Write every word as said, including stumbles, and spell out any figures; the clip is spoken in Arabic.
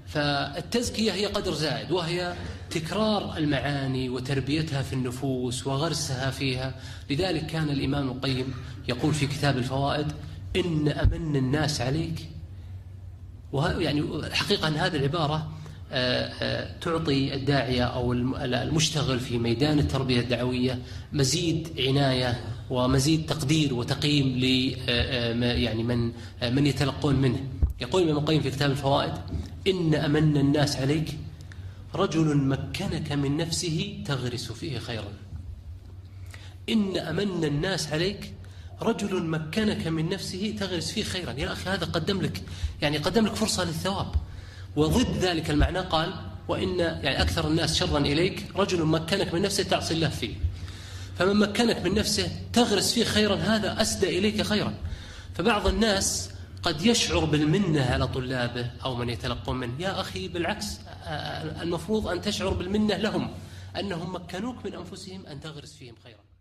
فالتزكية هي قدر زائد، وهي تكرار المعاني وتربيتها في النفوس وغرسها فيها. لذلك كان الإمام القيم يقول في كتاب الفوائد: إن أمن الناس عليك. يعني حقيقة أن هذه العبارة تعطي الداعية أو المشتغل في ميدان التربية الدعوية مزيد عناية ومزيد تقدير وتقييم ل يعني من من يتلقون منه. يقول الإمام القيم في كتاب الفوائد: إن أمن الناس عليك رجل مكنك من نفسه تغرس فيه خيرا. إن أمن الناس عليك رجل مكنك من نفسه تغرس فيه خيرا. يا أخي هذا قدم لك يعني قدم لك فرصة للثواب. وضد ذلك المعنى قال: وإن يعني أكثر الناس شرا إليك رجل مكنك من نفسه تعصي الله فيه. فمن مكنك من نفسه تغرس فيه خيرا هذا أسدى إليك خيرا. فبعض الناس قد يشعر بالمنة على طلابه أو من يتلقون منه. يا أخي بالعكس، المفروض أن تشعر بالمنة لهم أنهم مكنوك من أنفسهم أن تغرس فيهم خيرا.